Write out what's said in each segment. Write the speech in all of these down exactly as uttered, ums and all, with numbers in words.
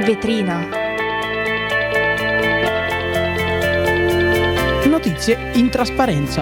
Vetrina. Notizie in trasparenza.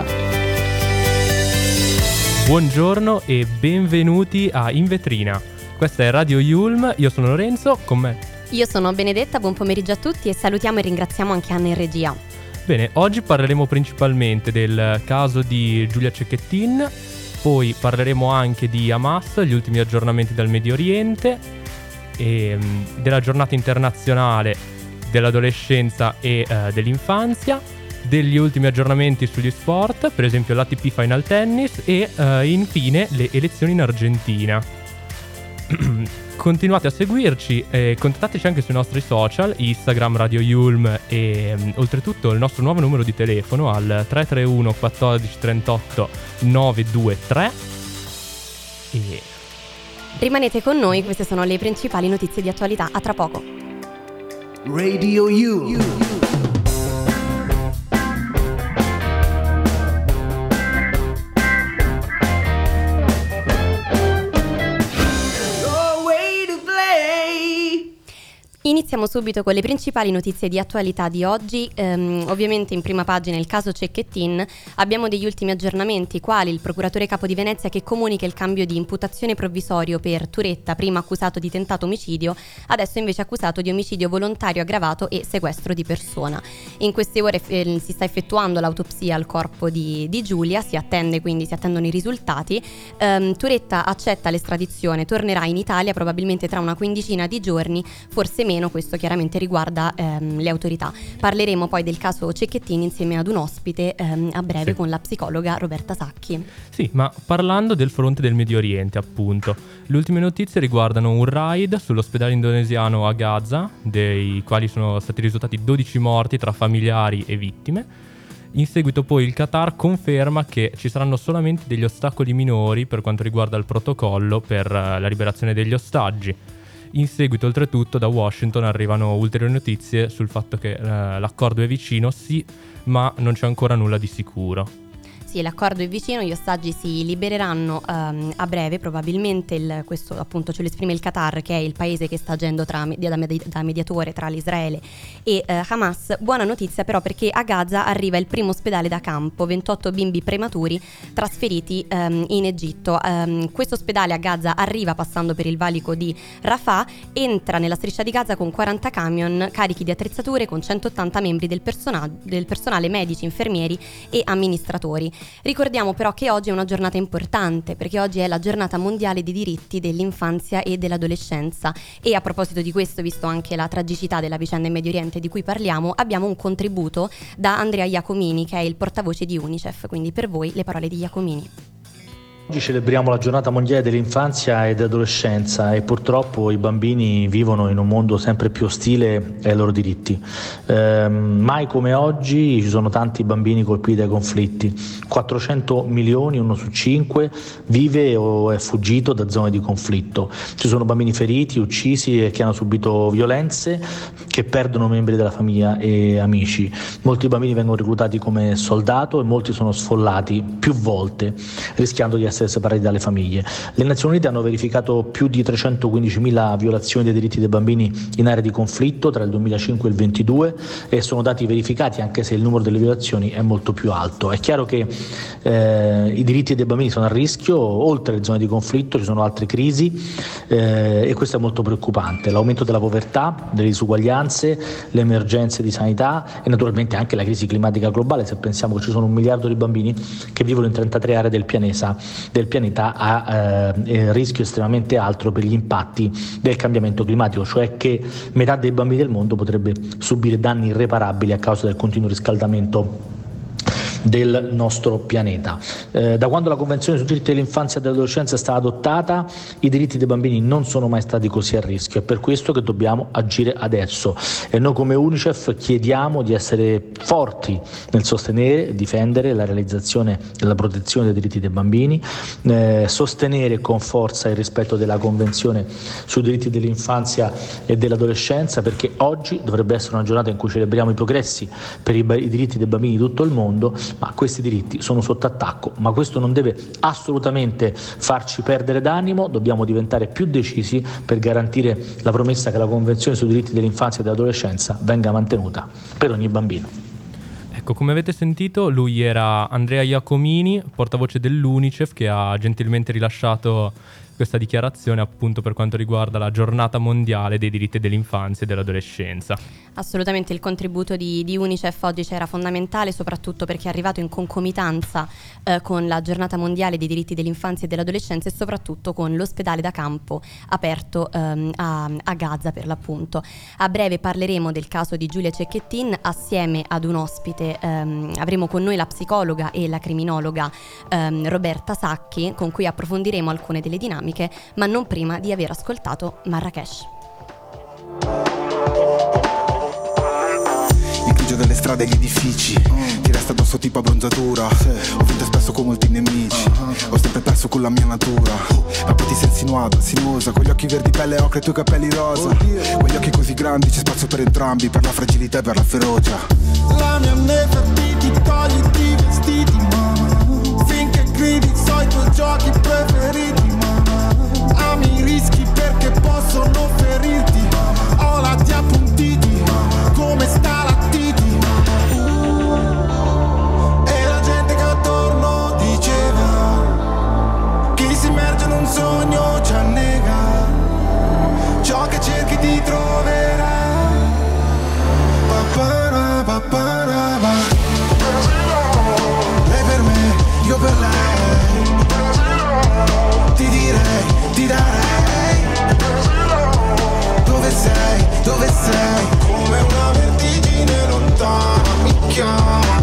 Buongiorno e benvenuti a In Vetrina. Questa è Radio Yulm, io sono Lorenzo, con me. Io sono Benedetta, buon pomeriggio a tutti e salutiamo e ringraziamo anche Anna in regia. Bene, oggi parleremo principalmente del caso di Giulia Cecchettin, poi parleremo anche di Hamas, gli ultimi aggiornamenti dal Medio Oriente, e della giornata internazionale dell'adolescenza e eh, dell'infanzia, degli ultimi aggiornamenti sugli sport, per esempio l'A T P Final Tennis e eh, infine le elezioni in Argentina. Continuate a seguirci e contattateci anche sui nostri social, Instagram, Radio Yulm e um, oltretutto il nostro nuovo numero di telefono al tre tre uno quattordici trentotto novecentoventisette. E rimanete con noi, queste sono le principali notizie di attualità. A tra poco. Radio Yulm. Iniziamo subito con le principali notizie di attualità di oggi. Ehm, ovviamente in prima pagina il caso Cecchettin. Abbiamo degli ultimi aggiornamenti, quali il procuratore capo di Venezia che comunica il cambio di imputazione provvisorio per Turetta, prima accusato di tentato omicidio, adesso invece accusato di omicidio volontario aggravato e sequestro di persona. In queste ore eh, si sta effettuando l'autopsia al corpo di, di Giulia, si attende quindi, si attendono i risultati. Ehm, Turetta accetta l'estradizione, tornerà in Italia probabilmente tra una quindicina di giorni, forse meno. Questo chiaramente riguarda ehm, le autorità. Parleremo poi del caso Cecchettin insieme ad un ospite ehm, a breve, sì, con la psicologa Roberta Sacchi. Sì, ma parlando del fronte del Medio Oriente, appunto, le ultime notizie riguardano un raid sull'ospedale indonesiano a Gaza, dei quali sono stati risultati dodici morti tra familiari e vittime. In seguito poi il Qatar conferma che ci saranno solamente degli ostacoli minori per quanto riguarda il protocollo per uh, la liberazione degli ostaggi. In seguito, oltretutto, da Washington arrivano ulteriori notizie sul fatto che eh, l'accordo è vicino, sì, ma non c'è ancora nulla di sicuro. Sì, l'accordo è vicino, gli ostaggi si libereranno um, a breve, probabilmente il, questo appunto ce lo esprime il Qatar, che è il paese che sta agendo tra, da, da mediatore tra l'Israele e uh, Hamas. Buona notizia però, perché a Gaza arriva il primo ospedale da campo, ventotto bimbi prematuri trasferiti um, in Egitto. Um, questo ospedale a Gaza arriva passando per il valico di Rafah, entra nella striscia di Gaza con quaranta camion carichi di attrezzature, con centottanta membri del, persona- del personale, medici, infermieri e amministratori. Ricordiamo però che oggi è una giornata importante, perché oggi è la giornata mondiale dei diritti dell'infanzia e dell'adolescenza, e a proposito di questo, visto anche la tragicità della vicenda in Medio Oriente di cui parliamo, abbiamo un contributo da Andrea Iacomini, che è il portavoce di UNICEF, quindi per voi le parole di Iacomini. Oggi celebriamo la giornata mondiale dell'infanzia e dell'adolescenza e purtroppo i bambini vivono in un mondo sempre più ostile ai loro diritti. Eh, mai come oggi ci sono tanti bambini colpiti dai conflitti, quattrocento milioni, uno su cinque, vive o è fuggito da zone di conflitto. Ci sono bambini feriti, uccisi e che hanno subito violenze, che perdono membri della famiglia e amici. Molti bambini vengono reclutati come soldato e molti sono sfollati più volte, rischiando di essere separati dalle famiglie. Le Nazioni Unite hanno verificato più di trecentoquindicimila violazioni dei diritti dei bambini in aree di conflitto tra il duemilacinque e il ventidue, e sono dati verificati anche se il numero delle violazioni è molto più alto. È chiaro che eh, i diritti dei bambini sono a rischio, oltre le zone di conflitto ci sono altre crisi eh, e questo è molto preoccupante. L'aumento della povertà, delle disuguaglianze, le emergenze di sanità e naturalmente anche la crisi climatica globale, se pensiamo che ci sono un miliardo di bambini che vivono in trentatré aree del pianeta del pianeta a eh, rischio estremamente alto per gli impatti del cambiamento climatico, cioè che metà dei bambini del mondo potrebbe subire danni irreparabili a causa del continuo riscaldamento del nostro pianeta. Eh, da quando la Convenzione sui diritti dell'infanzia e dell'adolescenza è stata adottata, i diritti dei bambini non sono mai stati così a rischio. È per questo che dobbiamo agire adesso, e noi come UNICEF chiediamo di essere forti nel sostenere e difendere la realizzazione della protezione dei diritti dei bambini, eh, sostenere con forza il rispetto della Convenzione sui diritti dell'infanzia e dell'adolescenza, perché oggi dovrebbe essere una giornata in cui celebriamo i progressi per i, i diritti dei bambini di tutto il mondo, ma questi diritti sono sotto attacco, ma questo non deve assolutamente farci perdere d'animo, dobbiamo diventare più decisi per garantire la promessa che la Convenzione sui diritti dell'infanzia e dell'adolescenza venga mantenuta per ogni bambino. Ecco, come avete sentito, lui era Andrea Iacomini, portavoce dell'UNICEF, che ha gentilmente rilasciato questa dichiarazione appunto per quanto riguarda la giornata mondiale dei diritti dell'infanzia e dell'adolescenza. Assolutamente, il contributo di, di UNICEF oggi c'era fondamentale, soprattutto perché è arrivato in concomitanza eh, con la giornata mondiale dei diritti dell'infanzia e dell'adolescenza e soprattutto con l'ospedale da campo aperto ehm, a, a Gaza, per l'appunto. A breve parleremo del caso di Giulia Cecchettin assieme ad un ospite, ehm, avremo con noi la psicologa e la criminologa ehm, Roberta Sacchi, con cui approfondiremo alcune delle dinamiche, ma non prima di aver ascoltato Marrakesh. Il grigio delle strade e gli edifici mm. ti resta addosso tipo abbronzatura, sì. Ho vinto spesso con molti nemici, uh-huh. Ho sempre perso con la mia natura, ma poi ti sei insinuata, sinuosa, con gli occhi verdi pelle ocre e i tuoi capelli rosa, oh, con gli occhi così grandi c'è spazio per entrambi, per la fragilità e per la ferocia. La mia Nefertiti, togliti i vestiti, mamma, finché gridi so i tuoi giochi preferiti, ami i rischi perché possono ferirti, ho lati appuntiti come stalattiti, e la gente che attorno diceva chi si immerge in un sogno ci annega, ciò che cerchi ti troverà. Papara, papara, pa. Lei per me, io per lei, ti direi, ti darei. Dove sei, dove sei? Come una vertigine lontana mi chiama.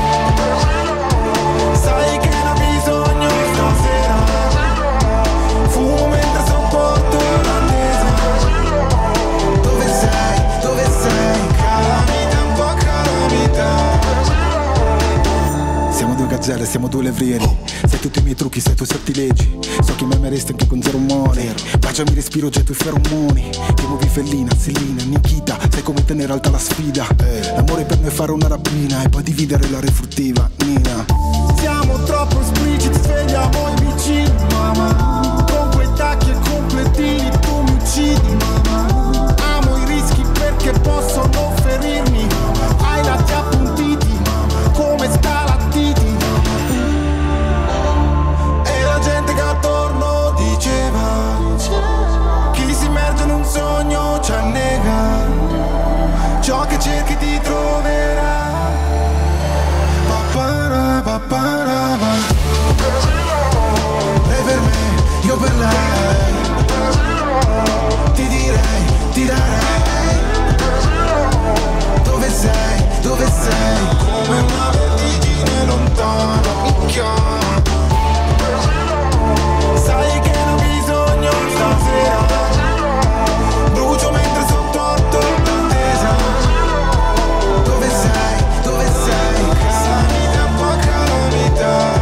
Sai che ne ho bisogno stasera, fumo mentre sopporto l'attesa. Dove sei, dove sei? Calamita, un po' calamita. Siamo due gazzelle, siamo due levrieri, sai tutti i miei trucchi, sai i tuoi sortilegi, so che mi ameresti anche con zero money. Baciami, respiro già i tuoi feromoni, che muovi Fellina, Selina, Nikita, sai come tenere alta la sfida. L'amore per noi è fare una rapina e poi dividere la refruttiva, Nina. Siamo troppo espliciti, svegliamo i vicini, mamma, con quei tacchi e completini tu mi uccidi, mamma. Amo i rischi perché possono ferirmi, hai lati appuntiti come stalattiti, e la gente che attorno diceva chi si immerge in un sogno ci annega, ciò che cerchi ti troverà. Papara, papara, pa. Lei per me, io per lei, ti direi, ti darei. Dove sei, dove sei? Come una vertigine lontana mi chiama. Sai che ne ho bisogno stasera, brucio mentre sottorto l'attesa. Dove sei, dove sei? Calamita, un po' calamita.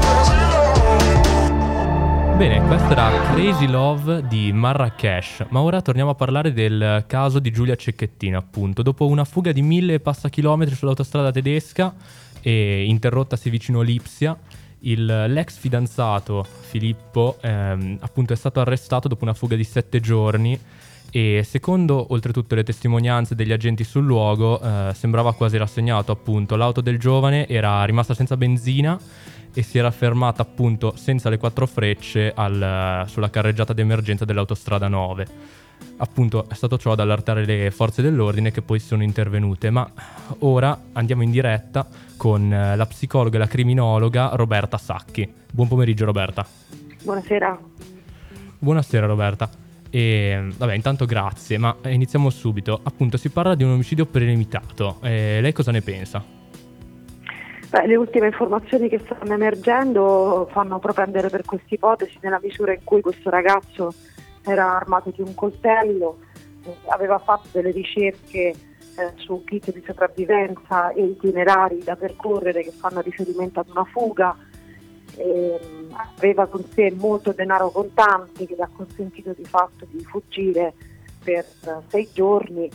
Bene, questa era Crazy Love di Marrakesh, ma ora torniamo a parlare del caso di Giulia Cecchettin, appunto. Dopo una fuga di mille e passa chilometri sull'autostrada tedesca e interrottasi vicino Lipsia, il, l'ex fidanzato Filippo ehm, appunto è stato arrestato dopo una fuga di sette giorni e secondo oltretutto le testimonianze degli agenti sul luogo eh, sembrava quasi rassegnato, appunto. L'auto del giovane era rimasta senza benzina e si era fermata appunto senza le quattro frecce al, sulla carreggiata d'emergenza dell'autostrada nove. Appunto è stato ciò ad allertare le forze dell'ordine che poi sono intervenute, ma ora andiamo in diretta con la psicologa e la criminologa Roberta Sacchi. Buon pomeriggio Roberta. Buonasera. Buonasera Roberta. E vabbè, intanto grazie, ma iniziamo subito. Appunto si parla di un omicidio prelimitato. E lei cosa ne pensa? Beh, le ultime informazioni che stanno emergendo fanno propendere per questa ipotesi, nella misura in cui questo ragazzo era armato di un coltello, eh, aveva fatto delle ricerche eh, su kit di sopravvivenza e itinerari da percorrere che fanno riferimento ad una fuga, eh, aveva con sé molto denaro contante che gli ha consentito di fatto di fuggire per uh, sei giorni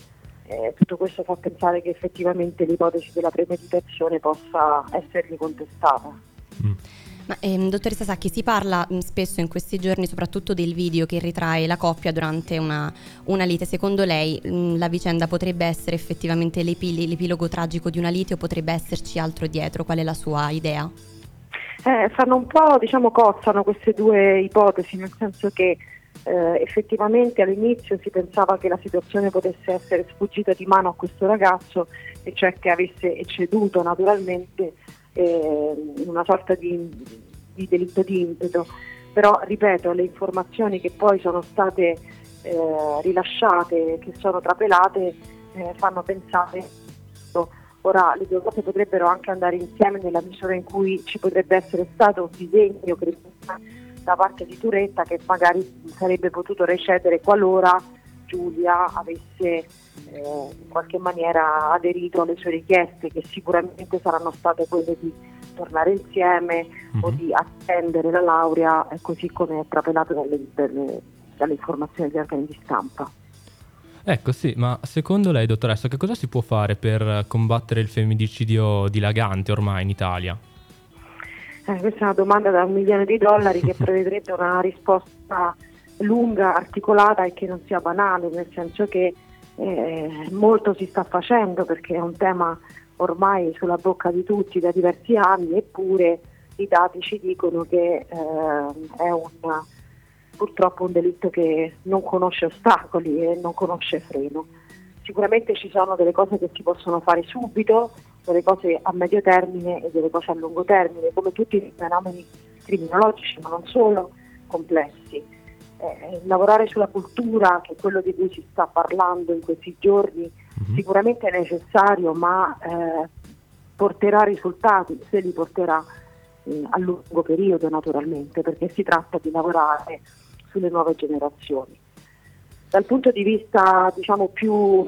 Eh, tutto questo fa pensare che effettivamente l'ipotesi della premeditazione possa essergli contestata. Mm. Ma, ehm, dottoressa Sacchi, si parla mh, spesso in questi giorni soprattutto del video che ritrae la coppia durante una, una lite. Secondo lei mh, la vicenda potrebbe essere effettivamente l'epil- l'epilogo tragico di una lite o potrebbe esserci altro dietro? Qual è la sua idea? Eh, fanno un po', diciamo, cozzano queste due ipotesi, nel senso che eh, effettivamente all'inizio si pensava che la situazione potesse essere sfuggita di mano a questo ragazzo, e cioè che avesse ecceduto naturalmente eh, in una sorta di, di delitto di impeto. Però, ripeto, le informazioni che poi sono state eh, rilasciate, che sono trapelate, eh, fanno pensare. Ora, le due cose potrebbero anche andare insieme nella misura in cui ci potrebbe essere stato un disegno da parte di Turetta che magari sarebbe potuto recedere qualora Giulia avesse eh, in qualche maniera aderito alle sue richieste, che sicuramente saranno state quelle di tornare insieme mm-hmm. o di attendere la laurea, eh, così come è trapelato dalle, dalle, dalle informazioni degli organi di stampa. Ecco, sì, ma secondo lei, dottoressa, che cosa si può fare per combattere il femminicidio dilagante ormai in Italia? Eh, questa è una domanda da un milione di dollari che prevederebbe una risposta lunga, articolata e che non sia banale, nel senso che eh, molto si sta facendo, perché è un tema ormai sulla bocca di tutti da diversi anni, eppure i dati ci dicono che eh, è un, purtroppo un delitto che non conosce ostacoli e non conosce freno. Sicuramente ci sono delle cose che si possono fare subito, delle cose a medio termine e delle cose a lungo termine, come tutti i fenomeni criminologici, ma non solo, complessi. Eh, lavorare sulla cultura, che è quello di cui si sta parlando in questi giorni, mm-hmm. sicuramente è necessario, ma eh, porterà risultati, se li porterà eh, a lungo periodo naturalmente, perché si tratta di lavorare sulle nuove generazioni. Dal punto di vista, diciamo, più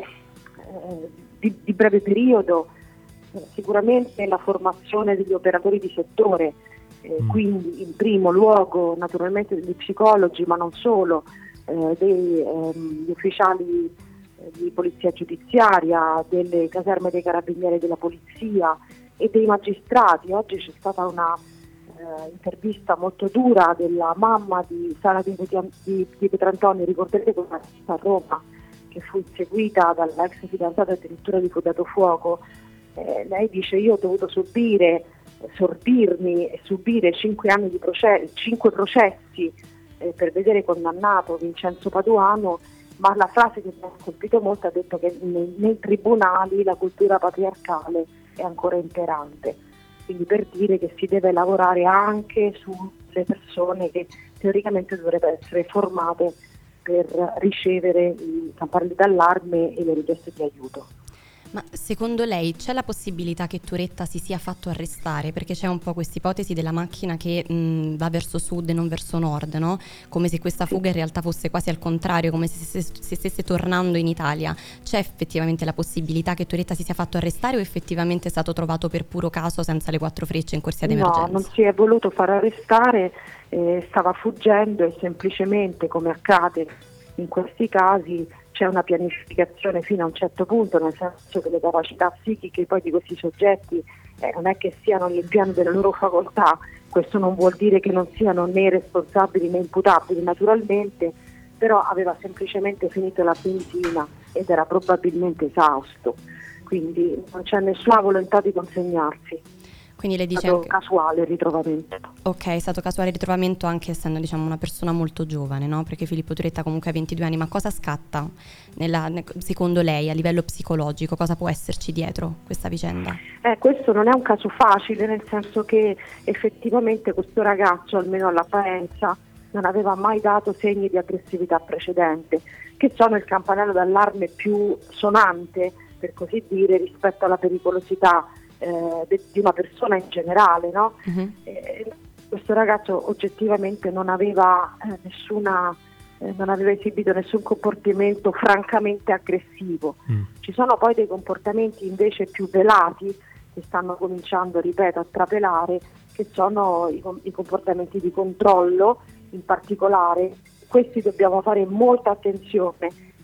eh, di, di breve periodo, eh, sicuramente la formazione degli operatori di settore, eh, mm. quindi in primo luogo naturalmente degli psicologi, ma non solo, eh, degli ehm, ufficiali eh, di polizia giudiziaria, delle caserme dei carabinieri della polizia e dei magistrati. Oggi c'è stata una Uh, intervista molto dura della mamma di Sara Di, di, di Petrantoni, ricorderete come a Roma, che fu inseguita dall'ex fidanzato e addirittura gli fu dato fuoco. Eh, lei dice: io ho dovuto subire, eh, sordirmi e subire cinque anni di processi, cinque processi eh, per vedere condannato Vincenzo Paduano, ma la frase che mi ha colpito molto ha detto che nei, nei tribunali la cultura patriarcale è ancora imperante. Quindi per dire che si deve lavorare anche sulle persone che teoricamente dovrebbero essere formate per ricevere i campanelli d'allarme e le richieste di aiuto. Ma secondo lei c'è la possibilità che Turetta si sia fatto arrestare? Perché c'è un po' questa ipotesi della macchina che mh, va verso sud e non verso nord, no? Come se questa fuga in realtà fosse quasi al contrario, come se, se, se stesse tornando in Italia. C'è effettivamente la possibilità che Turetta si sia fatto arrestare o effettivamente è stato trovato per puro caso senza le quattro frecce in corsia d'emergenza? No, non si è voluto far arrestare, eh, stava fuggendo e semplicemente, come accade in questi casi, c'è una pianificazione fino a un certo punto, nel senso che le capacità psichiche poi di questi soggetti eh, non è che siano nel piano delle loro facoltà. Questo non vuol dire che non siano né responsabili né imputabili naturalmente, però aveva semplicemente finito la benzina ed era probabilmente esausto, quindi non c'è nessuna volontà di consegnarsi. Quindi le dice è stato anche casuale il ritrovamento. Ok, è stato casuale il ritrovamento, anche essendo, diciamo, una persona molto giovane, no? Perché Filippo Turetta comunque ha ventidue anni. Ma cosa scatta nella, secondo lei a livello psicologico? Cosa può esserci dietro questa vicenda? Eh, questo non è un caso facile, nel senso che effettivamente questo ragazzo, almeno all'apparenza, non aveva mai dato segni di aggressività precedente, che sono il campanello d'allarme più sonante, per così dire, rispetto alla pericolosità Eh, de, di una persona in generale, no? Uh-huh. Eh, questo ragazzo oggettivamente non aveva eh, nessuna eh, non aveva esibito nessun comportamento francamente aggressivo. Mm. Ci sono poi dei comportamenti invece più velati che stanno cominciando, ripeto, a trapelare, che sono i, i comportamenti di controllo in particolare. Questi dobbiamo fare molta attenzione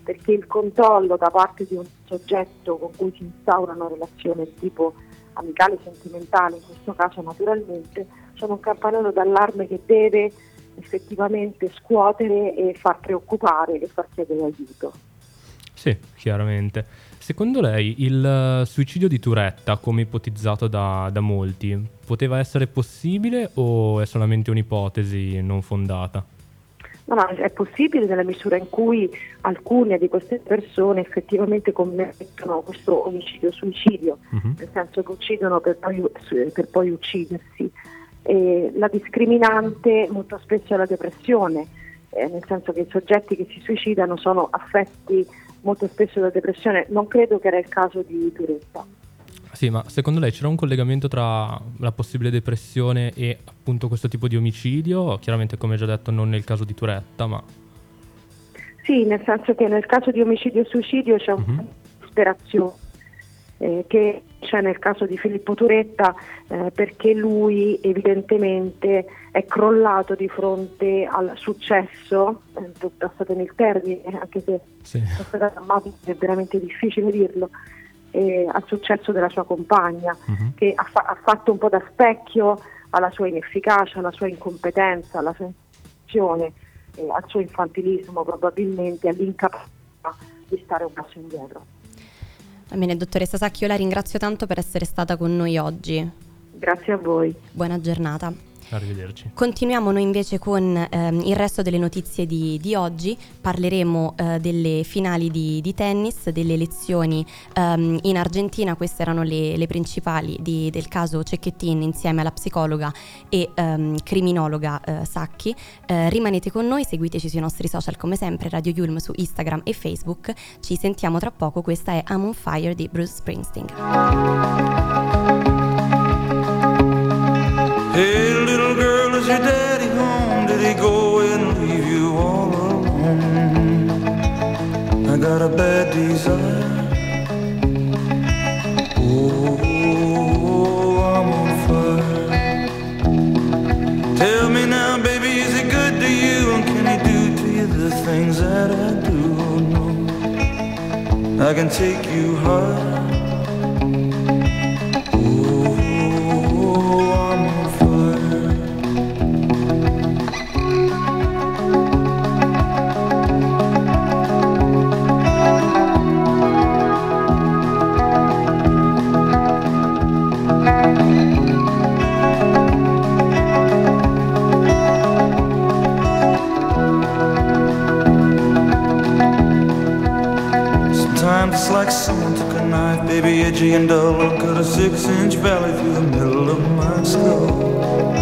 perché il controllo da parte di un soggetto con cui si instaura una relazione di tipo amicale, sentimentale, in questo caso naturalmente, sono un campanello d'allarme che deve effettivamente scuotere e far preoccupare e far chiedere aiuto. Sì, chiaramente. Secondo lei il suicidio di Turetta, come ipotizzato da, da molti, poteva essere possibile o è solamente un'ipotesi non fondata? No, no, è possibile nella misura in cui alcune di queste persone effettivamente commettono questo omicidio-suicidio, uh-huh. nel senso che uccidono per poi, per poi uccidersi. E la discriminante molto spesso è la depressione, eh, nel senso che i soggetti che si suicidano sono affetti molto spesso da depressione. Non credo che era il caso di Turetta. Sì, ma secondo lei c'era un collegamento tra la possibile depressione e appunto questo tipo di omicidio? Chiaramente, come già detto, non nel caso di Turetta, ma... Sì, nel senso che nel caso di omicidio-suicidio c'è una uh-huh. disperazione eh, che c'è nel caso di Filippo Turetta eh, perché lui evidentemente è crollato di fronte al successo, eh, passatemi il termine, anche se sì. è veramente difficile dirlo, eh, al successo della sua compagna, uh-huh. che ha, fa- ha fatto un po' da specchio alla sua inefficacia, alla sua incompetenza, alla sua inefficione, eh, al suo infantilismo probabilmente, all'incapacità di stare un passo indietro. Va bene, dottoressa Sacchi, io la ringrazio tanto per essere stata con noi oggi. Grazie a voi. Buona giornata. Arrivederci. Continuiamo noi invece con ehm, il resto delle notizie di, di oggi. Parleremo eh, delle finali di, di tennis, delle elezioni ehm, in Argentina. Queste erano le, le principali di, del caso Cecchettin insieme alla psicologa e ehm, criminologa eh, Sacchi. Eh, rimanete con noi, seguiteci sui nostri social come sempre, Radio Yulm su Instagram e Facebook. Ci sentiamo tra poco. Questa è I'm on Fire di Bruce Springsteen. Hey little girl, is your daddy home? Did he go and leave you all alone? I got a bad desire. Oh, I'm on fire. Tell me now, baby, is he good to you? And can he do to you the things that I do? Oh, no, I can take you high. It's like someone took a knife, baby, edgy and dull, and cut a six-inch valley through the middle of my skull.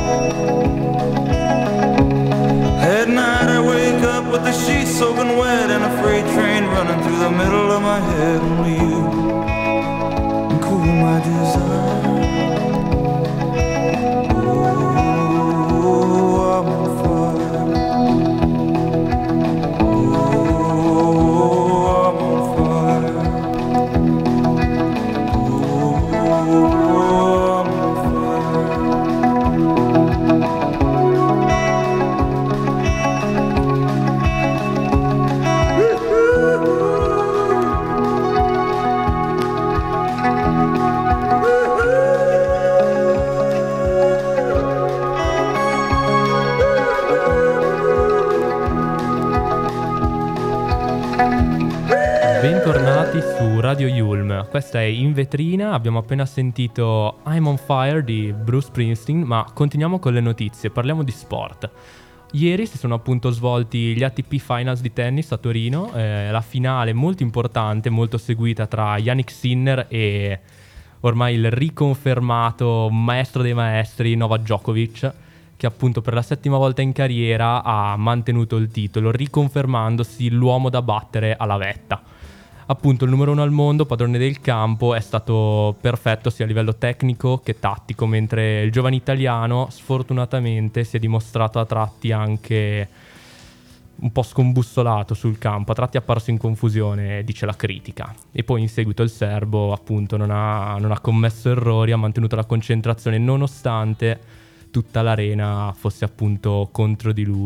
At night I wake up with the sheets soaking wet and a freight train running through the middle of my head. Only you can cool my desire. Oh, I'm on fire. Bentornati su Radio Yulm, questa è In Vetrina, abbiamo appena sentito I'm on Fire di Bruce Springsteen, ma continuiamo con le notizie, parliamo di sport. Ieri si sono appunto svolti gli A T P Finals di tennis a Torino, eh, la finale molto importante, molto seguita tra Jannik Sinner e ormai il riconfermato maestro dei maestri Novak Djokovic, che appunto per la settima volta in carriera ha mantenuto il titolo, riconfermandosi l'uomo da battere alla vetta. Appunto il numero uno al mondo, padrone del campo, è stato perfetto sia a livello tecnico che tattico, mentre il giovane italiano sfortunatamente si è dimostrato a tratti anche un po' scombussolato sul campo, a tratti è apparso in confusione, dice la critica. E poi in seguito il serbo appunto non ha, non ha commesso errori, ha mantenuto la concentrazione nonostante tutta l'arena fosse appunto contro di lui.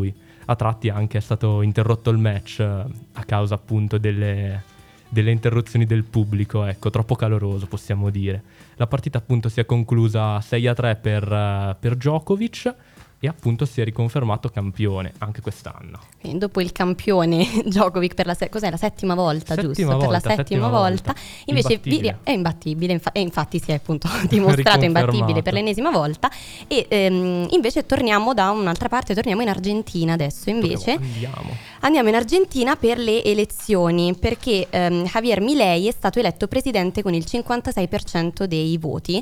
a tratti anche è stato interrotto il match a causa appunto delle, delle interruzioni del pubblico, ecco, troppo caloroso possiamo dire. La partita appunto si è conclusa sei a tre per, per Djokovic e appunto si è riconfermato campione anche quest'anno. Quindi dopo il campione Djokovic per la, se- cos'è, la settima volta, settima giusto? Volta, per la settima, settima volta, volta. invece Imbattibile. vi- è imbattibile, infa- e infatti si è appunto dimostrato imbattibile per l'ennesima volta. E ehm, invece torniamo da un'altra parte, torniamo in Argentina adesso invece. Andiamo. Andiamo in Argentina per le elezioni, perché ehm, Javier Milei è stato eletto presidente con il cinquantasei per cento dei voti.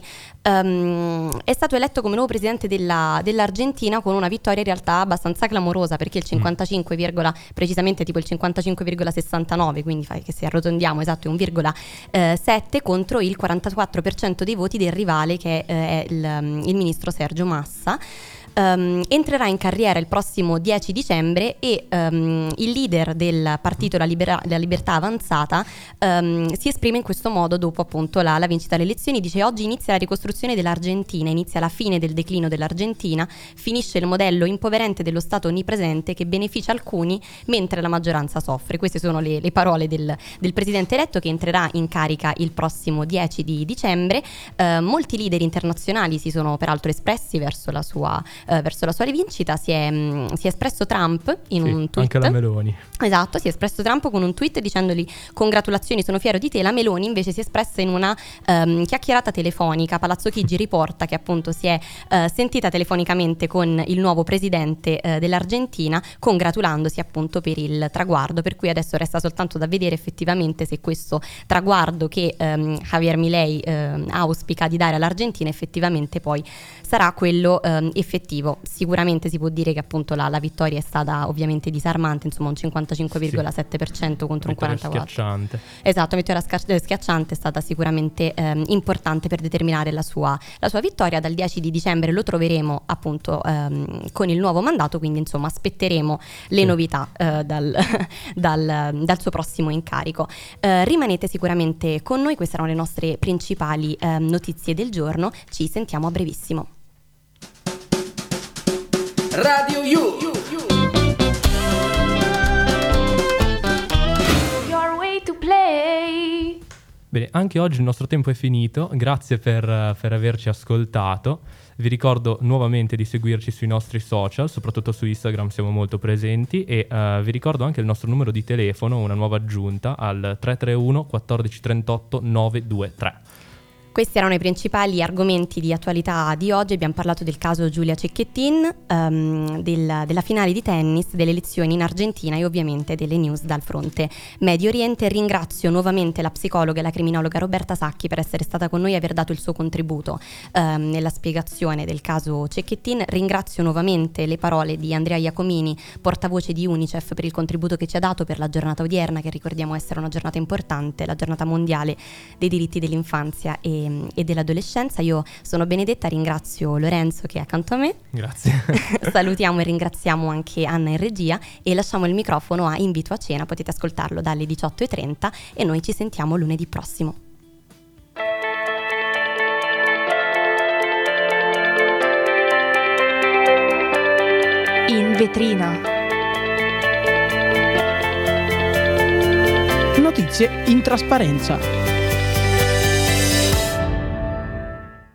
Um, è stato eletto come nuovo presidente della, dell'Argentina con una vittoria in realtà abbastanza clamorosa, perché il cinquantacinque, mm. precisamente tipo il cinquantacinque virgola sessantanove, quindi fai che se arrotondiamo esatto è un virgola sette contro il quarantaquattro per cento dei voti del rivale che è il, il ministro Sergio Massa. Um, entrerà in carriera il prossimo dieci dicembre e um, il leader del partito La, Libera- La Libertà Avanzata um, si esprime in questo modo dopo appunto la, la vincita alle elezioni. Dice: oggi inizia la ricostruzione dell'Argentina, inizia la fine del declino dell'Argentina, finisce il modello impoverente dello Stato onnipresente che beneficia alcuni mentre la maggioranza soffre. Queste sono le, le parole del, del presidente eletto, che entrerà in carica il prossimo dieci di dicembre. Uh, molti leader internazionali si sono peraltro espressi verso la sua Uh, verso la sua rivincita. Si è, mh, si è espresso Trump in sì, un tweet. Anche la Meloni. Esatto, si è espresso Trump con un tweet dicendogli: congratulazioni, sono fiero di te. La Meloni invece si è espressa in una um, chiacchierata telefonica. Palazzo Chigi riporta che appunto si è uh, sentita telefonicamente con il nuovo presidente uh, dell'Argentina, congratulandosi appunto per il traguardo, per cui adesso resta soltanto da vedere effettivamente se questo traguardo che um, Javier Milei uh, auspica di dare all'Argentina effettivamente poi sarà quello um, effettivo. Sicuramente si può dire che appunto la, la vittoria è stata ovviamente disarmante, insomma un cinquantacinque virgola sette per cento contro un quarantaquattro per cento. Schiacciante. Esatto, vittoria sca- schiacciante è stata sicuramente ehm, importante per determinare la sua, la sua vittoria. Dal dieci di dicembre lo troveremo appunto ehm, con il nuovo mandato, quindi insomma aspetteremo le sì. novità eh, dal, dal, dal suo prossimo incarico. Eh, rimanete sicuramente con noi, queste erano le nostre principali eh, notizie del giorno, ci sentiamo a brevissimo. Radio You. Your way to play. Bene, anche oggi il nostro tempo è finito, grazie per, per averci ascoltato. Vi ricordo nuovamente di seguirci sui nostri social, soprattutto su Instagram siamo molto presenti, e uh, vi ricordo anche il nostro numero di telefono, una nuova aggiunta, al tre tre uno quattordici trentotto nove due tre. Questi erano i principali argomenti di attualità di oggi. Abbiamo parlato del caso Giulia Cecchettin, um, del, della finale di tennis, delle elezioni in Argentina e ovviamente delle news dal fronte Medio Oriente. Ringrazio nuovamente la psicologa e la criminologa Roberta Sacchi per essere stata con noi e aver dato il suo contributo um, nella spiegazione del caso Cecchettin. Ringrazio nuovamente le parole di Andrea Iacomini, portavoce di UNICEF, per il contributo che ci ha dato per la giornata odierna, che ricordiamo essere una giornata importante, la giornata mondiale dei diritti dell'infanzia e e dell'adolescenza. Io sono Benedetta, ringrazio Lorenzo che è accanto a me. Grazie. Salutiamo e ringraziamo anche Anna in regia e lasciamo il microfono a Invito a Cena. Potete ascoltarlo dalle diciotto e trenta e noi ci sentiamo lunedì prossimo. In vetrina. Notizie in trasparenza.